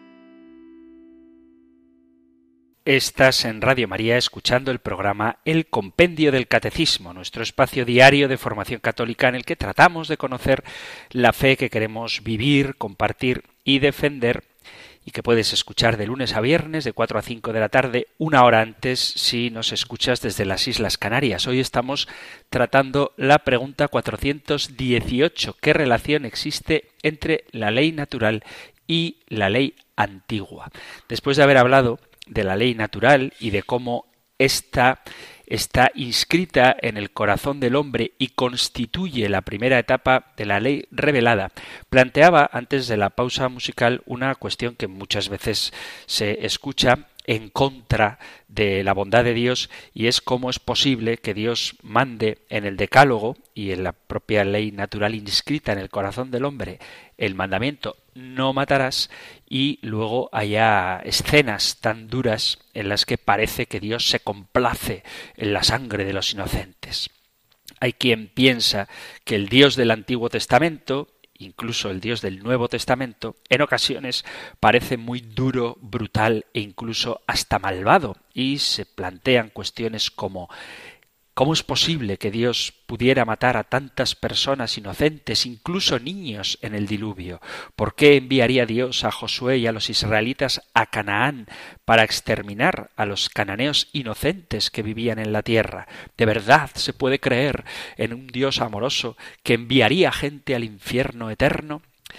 Estás en Radio María escuchando el programa El Compendio del Catecismo, nuestro espacio diario de formación católica en el que tratamos de conocer la fe que queremos vivir, compartir y defender, y que puedes escuchar de lunes a viernes de cuatro a cinco de la tarde, una hora antes si nos escuchas desde las Islas Canarias. Hoy estamos tratando la pregunta cuatrocientos dieciocho. ¿Qué relación existe entre la ley natural y la ley antigua? Después de haber hablado de la ley natural y de cómo ésta está inscrita en el corazón del hombre y constituye la primera etapa de la ley revelada, planteaba antes de la pausa musical una cuestión que muchas veces se escucha en contra de la bondad de Dios, y es cómo es posible que Dios mande en el Decálogo y en la propia ley natural inscrita en el corazón del hombre el mandamiento no matarás, y luego haya escenas tan duras en las que parece que Dios se complace en la sangre de los inocentes. Hay quien piensa que el Dios del Antiguo Testamento, incluso el Dios del Nuevo Testamento, en ocasiones parece muy duro, brutal e incluso hasta malvado, y se plantean cuestiones como: ¿Cómo es posible que Dios pudiera matar a tantas personas inocentes, incluso niños, en el diluvio? ¿Por qué enviaría Dios a Josué y a los israelitas a Canaán para exterminar a los cananeos inocentes que vivían en la tierra? ¿De verdad se puede creer en un Dios amoroso que enviaría gente al infierno eterno?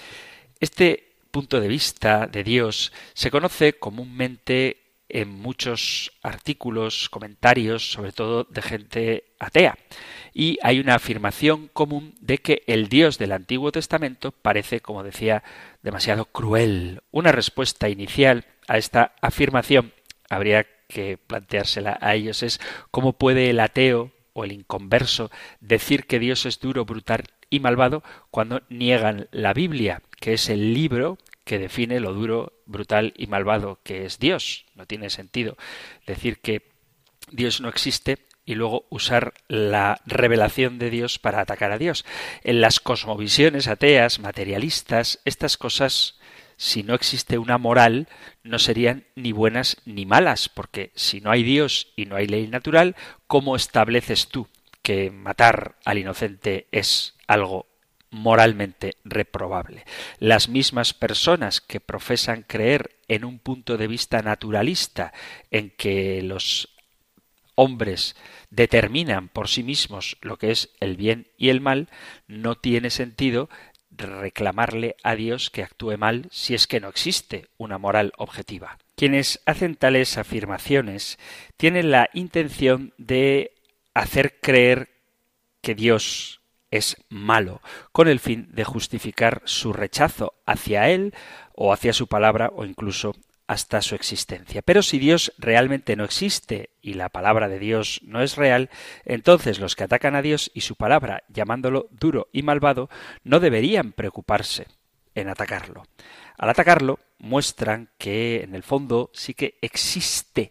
Este punto de vista de Dios se conoce comúnmente en muchos artículos, comentarios, sobre todo de gente atea. Y hay una afirmación común de que el Dios del Antiguo Testamento parece, como decía, demasiado cruel. Una respuesta inicial a esta afirmación habría que planteársela a ellos es ¿cómo puede el ateo o el inconverso decir que Dios es duro, brutal y malvado cuando niegan la Biblia, que es el libro que define lo duro, brutal y malvado que es Dios? No tiene sentido decir que Dios no existe y luego usar la revelación de Dios para atacar a Dios. En las cosmovisiones ateas, materialistas, estas cosas, si no existe una moral, no serían ni buenas ni malas, porque si no hay Dios y no hay ley natural, ¿cómo estableces tú que matar al inocente es algo moralmente reprobable? Las mismas personas que profesan creer en un punto de vista naturalista, en que los hombres determinan por sí mismos lo que es el bien y el mal, no tiene sentido reclamarle a Dios que actúe mal si es que no existe una moral objetiva. Quienes hacen tales afirmaciones tienen la intención de hacer creer que Dios es malo, con el fin de justificar su rechazo hacia él o hacia su palabra o incluso hasta su existencia. Pero si Dios realmente no existe y la palabra de Dios no es real, entonces los que atacan a Dios y su palabra, llamándolo duro y malvado, no deberían preocuparse en atacarlo. Al atacarlo, muestran que en el fondo sí que existe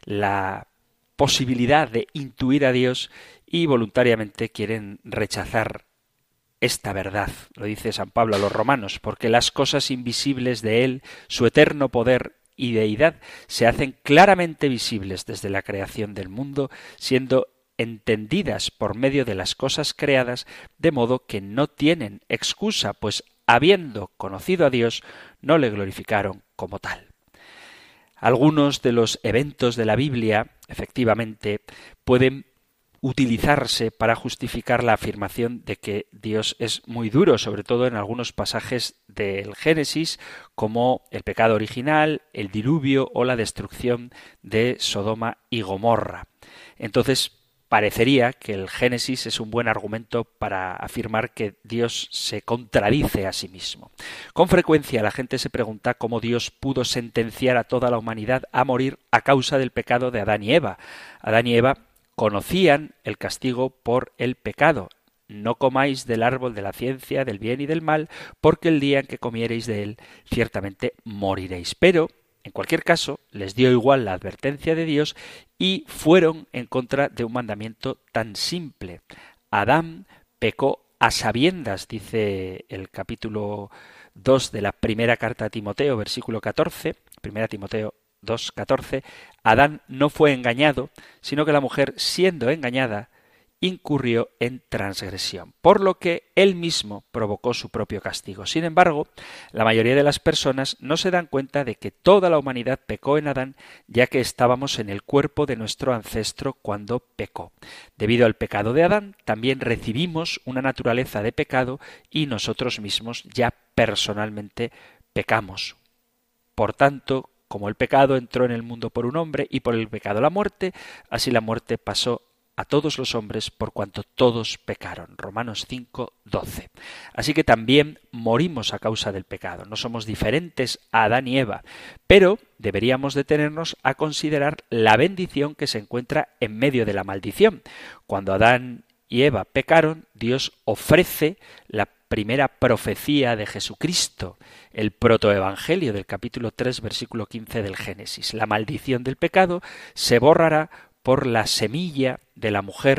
la posibilidad de intuir a Dios y voluntariamente quieren rechazar esta verdad. Lo dice San Pablo a los romanos, porque las cosas invisibles de Él, su eterno poder y deidad, se hacen claramente visibles desde la creación del mundo, siendo entendidas por medio de las cosas creadas, de modo que no tienen excusa, pues habiendo conocido a Dios, no le glorificaron como tal. Algunos de los eventos de la Biblia, efectivamente, pueden utilizarse para justificar la afirmación de que Dios es muy duro, sobre todo en algunos pasajes del Génesis, como el pecado original, el diluvio o la destrucción de Sodoma y Gomorra. Entonces, parecería que el Génesis es un buen argumento para afirmar que Dios se contradice a sí mismo. Con frecuencia la gente se pregunta cómo Dios pudo sentenciar a toda la humanidad a morir a causa del pecado de Adán y Eva. Adán y Eva conocían el castigo por el pecado. No comáis del árbol de la ciencia del bien y del mal, porque el día en que comiereis de él, ciertamente moriréis. Pero, en cualquier caso, les dio igual la advertencia de Dios y fueron en contra de un mandamiento tan simple. Adán pecó a sabiendas, dice el capítulo dos de la primera carta a Timoteo, versículo catorce, primera Timoteo dos catorce, Adán no fue engañado, sino que la mujer, siendo engañada, incurrió en transgresión, por lo que él mismo provocó su propio castigo. Sin embargo, la mayoría de las personas no se dan cuenta de que toda la humanidad pecó en Adán, ya que estábamos en el cuerpo de nuestro ancestro cuando pecó. Debido al pecado de Adán, también recibimos una naturaleza de pecado y nosotros mismos ya personalmente pecamos. Por tanto, como el pecado entró en el mundo por un hombre y por el pecado la muerte, así la muerte pasó a todos los hombres por cuanto todos pecaron. Romanos cinco doce. Así que también morimos a causa del pecado. No somos diferentes a Adán y Eva, pero deberíamos detenernos a considerar la bendición que se encuentra en medio de la maldición. Cuando Adán y Eva pecaron, Dios ofrece la primera profecía de Jesucristo, el protoevangelio del capítulo tres, versículo quince del Génesis. La maldición del pecado se borrará por la semilla de la mujer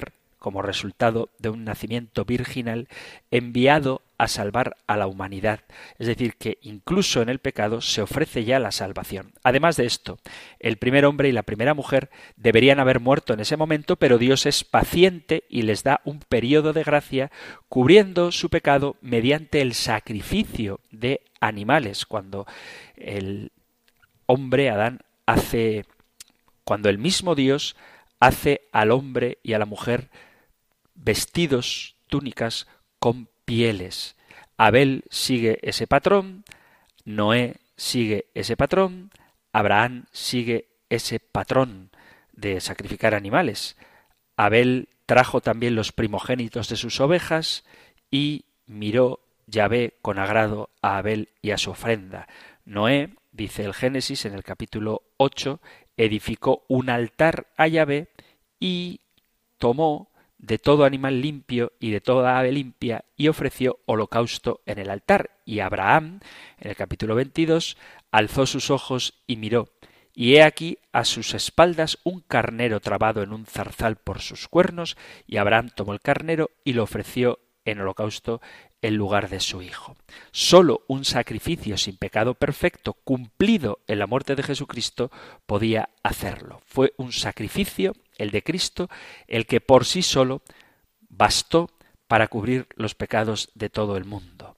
como resultado de un nacimiento virginal enviado a salvar a la humanidad. Es decir, que incluso en el pecado se ofrece ya la salvación. Además de esto, el primer hombre y la primera mujer deberían haber muerto en ese momento, pero Dios es paciente y les da un periodo de gracia cubriendo su pecado mediante el sacrificio de animales. Cuando el hombre, Adán, hace, cuando el mismo Dios hace al hombre y a la mujer vestidos, túnicas con pieles. Abel sigue ese patrón, Noé sigue ese patrón, Abraham sigue ese patrón de sacrificar animales. Abel trajo también los primogénitos de sus ovejas y miró Yahvé con agrado a Abel y a su ofrenda. Noé, dice el Génesis en el capítulo ocho, edificó un altar a Yahvé y tomó de todo animal limpio y de toda ave limpia y ofreció holocausto en el altar. Y Abraham, en el capítulo veintidós, alzó sus ojos y miró, y he aquí a sus espaldas un carnero trabado en un zarzal por sus cuernos, y Abraham tomó el carnero y lo ofreció en holocausto en lugar de su hijo. Solo un sacrificio sin pecado perfecto, cumplido en la muerte de Jesucristo, podía hacerlo. Fue un sacrificio, el de Cristo, el que por sí solo bastó para cubrir los pecados de todo el mundo.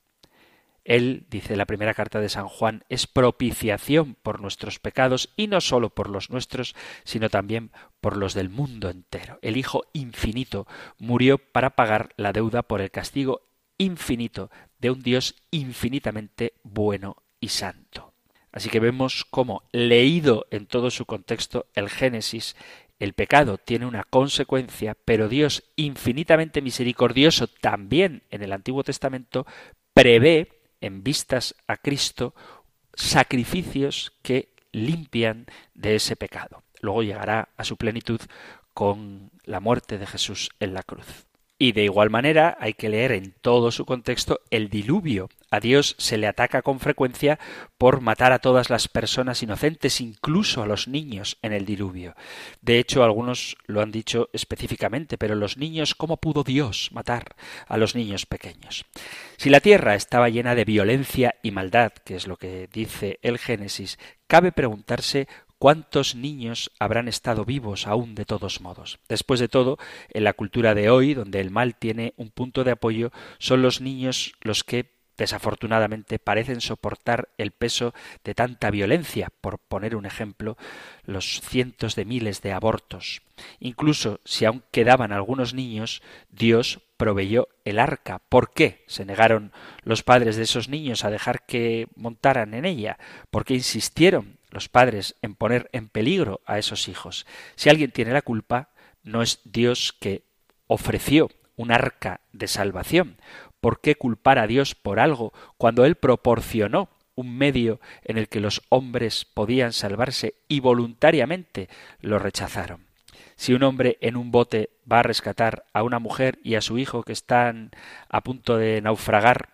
Él, dice la primera carta de San Juan, es propiciación por nuestros pecados, y no solo por los nuestros, sino también por los del mundo entero. El Hijo infinito murió para pagar la deuda por el castigo infinito de un Dios infinitamente bueno y santo. Así que vemos cómo, leído en todo su contexto el Génesis, el pecado tiene una consecuencia, pero Dios, infinitamente misericordioso también en el Antiguo Testamento, prevé, en vistas a Cristo, sacrificios que limpian de ese pecado. Luego llegará a su plenitud con la muerte de Jesús en la cruz. Y de igual manera hay que leer en todo su contexto el diluvio. A Dios se le ataca con frecuencia por matar a todas las personas inocentes, incluso a los niños en el diluvio. De hecho, algunos lo han dicho específicamente, pero los niños, ¿cómo pudo Dios matar a los niños pequeños? Si la tierra estaba llena de violencia y maldad, que es lo que dice el Génesis, cabe preguntarse ¿cuántos niños habrán estado vivos aún de todos modos? Después de todo, en la cultura de hoy, donde el mal tiene un punto de apoyo, son los niños los que desafortunadamente parecen soportar el peso de tanta violencia. Por poner un ejemplo, los cientos de miles de abortos. Incluso si aún quedaban algunos niños, Dios proveyó el arca. ¿Por qué se negaron los padres de esos niños a dejar que montaran en ella? ¿Por qué insistieron los padres en poner en peligro a esos hijos? Si alguien tiene la culpa, no es Dios, que ofreció un arca de salvación. ¿Por qué culpar a Dios por algo cuando Él proporcionó un medio en el que los hombres podían salvarse y voluntariamente lo rechazaron? Si un hombre en un bote va a rescatar a una mujer y a su hijo que están a punto de naufragar,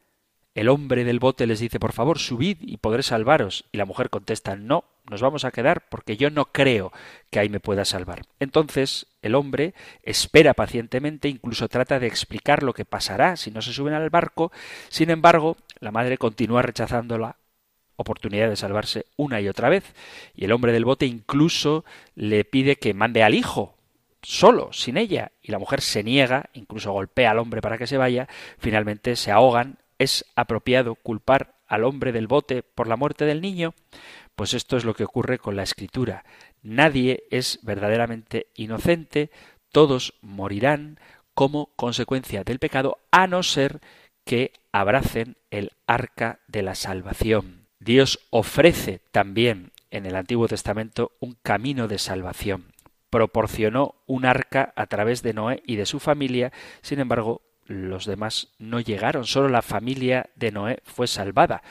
el hombre del bote les dice, por favor, subid y podré salvaros. Y la mujer contesta, no, nos vamos a quedar porque yo no creo que ahí me pueda salvar. Entonces el hombre espera pacientemente, incluso trata de explicar lo que pasará si no se suben al barco. Sin embargo, la madre continúa rechazando la oportunidad de salvarse una y otra vez. Y el hombre del bote incluso le pide que mande al hijo solo, sin ella. Y la mujer se niega, incluso golpea al hombre para que se vaya. Finalmente se ahogan. ¿Es apropiado culpar al hombre del bote por la muerte del niño? Pues esto es lo que ocurre con la Escritura. Nadie es verdaderamente inocente, todos morirán como consecuencia del pecado, a no ser que abracen el arca de la salvación. Dios ofrece también en el Antiguo Testamento un camino de salvación. Proporcionó un arca a través de Noé y de su familia, sin embargo, los demás no llegaron, solo la familia de Noé fue salvada.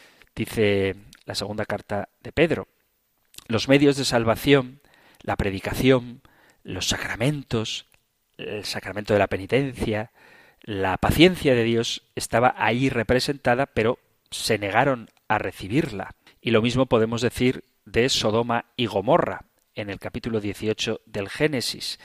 Dice la segunda carta de Pedro, los medios de salvación, la predicación, los sacramentos, el sacramento de la penitencia, la paciencia de Dios estaba ahí representada, pero se negaron a recibirla. Y lo mismo podemos decir de Sodoma y Gomorra, en el capítulo dieciocho del Génesis.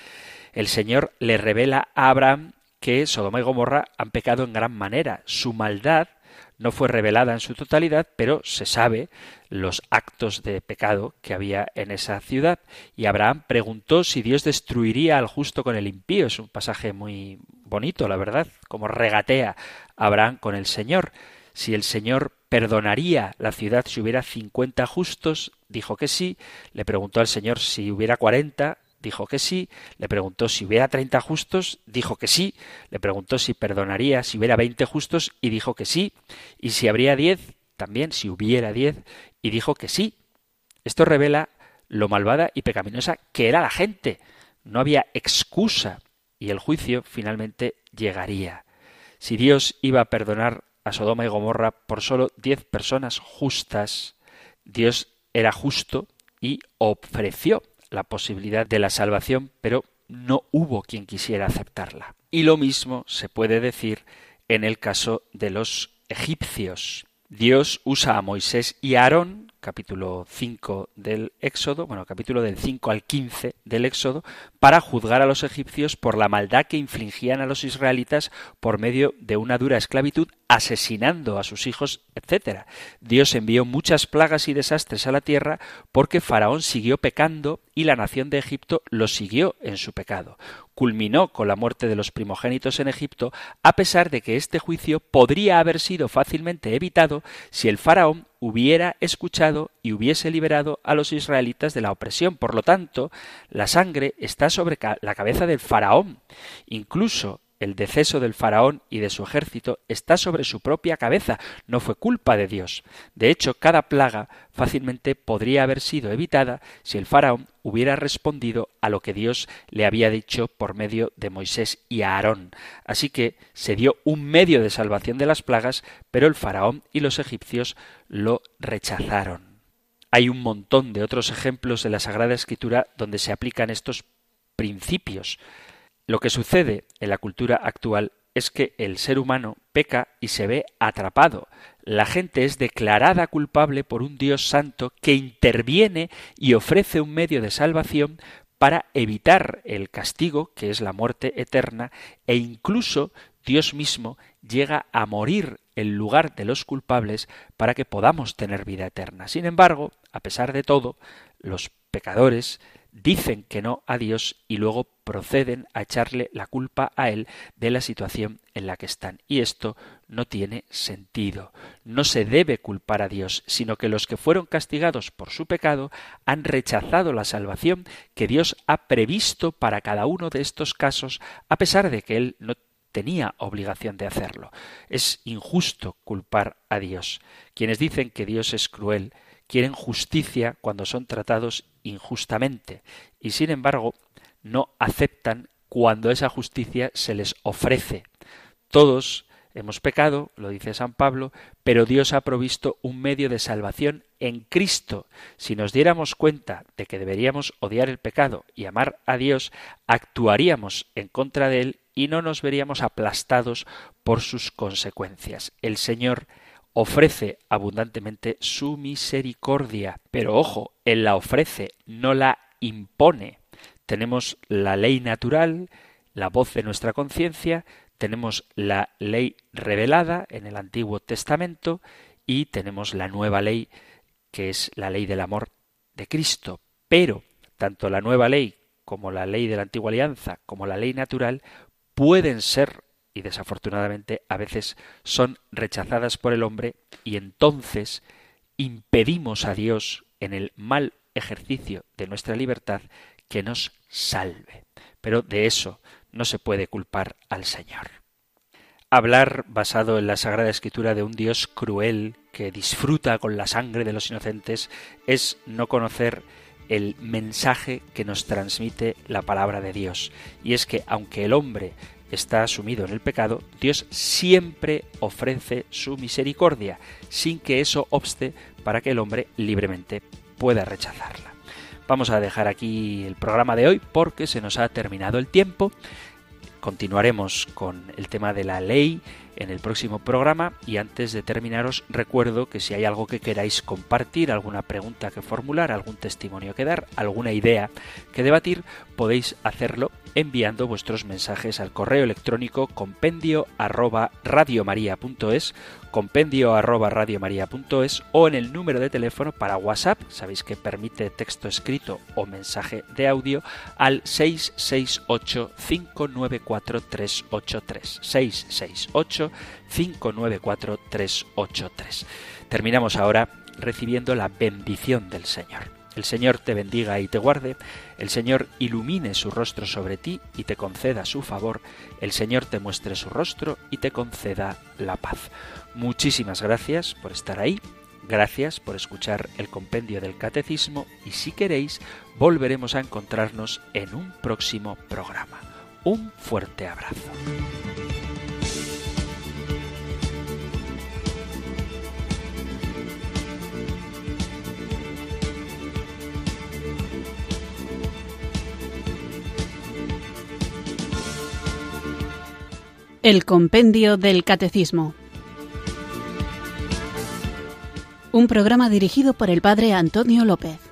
El Señor le revela a Abraham que Sodoma y Gomorra han pecado en gran manera. Su maldad no fue revelada en su totalidad, pero se sabe los actos de pecado que había en esa ciudad. Y Abraham preguntó si Dios destruiría al justo con el impío. Es un pasaje muy bonito, la verdad, como regatea Abraham con el Señor. Si el Señor perdonaría la ciudad si hubiera cincuenta justos, dijo que sí. Le preguntó al Señor si hubiera cuarenta, dijo que sí. Le preguntó si hubiera treinta justos, dijo que sí. Le preguntó si perdonaría si hubiera veinte justos y dijo que sí. Y si habría diez, también si hubiera diez, y dijo que sí. Esto revela lo malvada y pecaminosa que era la gente. No había excusa y el juicio finalmente llegaría. Si Dios iba a perdonar a Sodoma y Gomorra por solo diez personas justas, Dios era justo y ofreció la posibilidad de la salvación, pero no hubo quien quisiera aceptarla. Y lo mismo se puede decir en el caso de los egipcios. Dios usa a Moisés y a Aarón, capítulo cinco del Éxodo, bueno, capítulo del cinco al quince del Éxodo, para juzgar a los egipcios por la maldad que infligían a los israelitas por medio de una dura esclavitud, asesinando a sus hijos, etcétera. Dios envió muchas plagas y desastres a la tierra porque Faraón siguió pecando y la nación de Egipto lo siguió en su pecado. Culminó con la muerte de los primogénitos en Egipto, a pesar de que este juicio podría haber sido fácilmente evitado si el Faraón hubiera escuchado y hubiese liberado a los israelitas de la opresión. Por lo tanto, la sangre está sobre la cabeza del Faraón. Incluso el deceso del Faraón y de su ejército está sobre su propia cabeza. No fue culpa de Dios. De hecho, cada plaga fácilmente podría haber sido evitada si el Faraón hubiera respondido a lo que Dios le había dicho por medio de Moisés y Aarón. Así que se dio un medio de salvación de las plagas, pero el Faraón y los egipcios lo rechazaron. Hay un montón de otros ejemplos de la Sagrada Escritura donde se aplican estos principios. Lo que sucede en la cultura actual es que el ser humano peca y se ve atrapado. La gente es declarada culpable por un Dios santo que interviene y ofrece un medio de salvación para evitar el castigo, que es la muerte eterna, e incluso Dios mismo llega a morir en lugar de los culpables para que podamos tener vida eterna. Sin embargo, a pesar de todo, los pecadores dicen que no a Dios y luego proceden a echarle la culpa a Él de la situación en la que están. Y esto no tiene sentido. No se debe culpar a Dios, sino que los que fueron castigados por su pecado han rechazado la salvación que Dios ha previsto para cada uno de estos casos, a pesar de que Él no tenía obligación de hacerlo. Es injusto culpar a Dios. Quienes dicen que Dios es cruel quieren justicia cuando son tratados injustamente y, sin embargo, no aceptan cuando esa justicia se les ofrece. Todos hemos pecado, lo dice San Pablo, pero Dios ha provisto un medio de salvación en Cristo. Si nos diéramos cuenta de que deberíamos odiar el pecado y amar a Dios, actuaríamos en contra de Él y no nos veríamos aplastados por sus consecuencias. El Señor ofrece abundantemente su misericordia, pero ojo, Él la ofrece, no la impone. Tenemos la ley natural, la voz de nuestra conciencia, tenemos la ley revelada en el Antiguo Testamento y tenemos la nueva ley, que es la ley del amor de Cristo. Pero tanto la nueva ley como la ley de la Antigua Alianza, como la ley natural, pueden ser, y desafortunadamente a veces son rechazadas por el hombre, y entonces impedimos a Dios en el mal ejercicio de nuestra libertad que nos salve. Pero de eso no se puede culpar al Señor. Hablar basado en la Sagrada Escritura de un Dios cruel que disfruta con la sangre de los inocentes es no conocer el mensaje que nos transmite la palabra de Dios. Y es que aunque el hombre está sumido en el pecado, Dios siempre ofrece su misericordia, sin que eso obste para que el hombre libremente pueda rechazarla. Vamos a dejar aquí el programa de hoy porque se nos ha terminado el tiempo. Continuaremos con el tema de la ley en el próximo programa y antes de terminaros recuerdo que si hay algo que queráis compartir, alguna pregunta que formular, algún testimonio que dar, alguna idea que debatir, podéis hacerlo enviando vuestros mensajes al correo electrónico compendio arroba radiomaria.es, compendio arroba radiomaria.es o en el número de teléfono para WhatsApp, sabéis que permite texto escrito o mensaje de audio, al seis seis ocho, cinco nueve cuatro, tres ocho tres, seis seis ocho, cinco nueve cuatro, tres ocho tres. Terminamos ahora recibiendo la bendición del Señor. El Señor te bendiga y te guarde, el Señor ilumine su rostro sobre ti y te conceda su favor, el Señor te muestre su rostro y te conceda la paz. Muchísimas gracias por estar ahí, gracias por escuchar el compendio del Catecismo y si queréis volveremos a encontrarnos en un próximo programa. Un fuerte abrazo. El compendio del Catecismo. Un programa dirigido por el Padre Antonio López.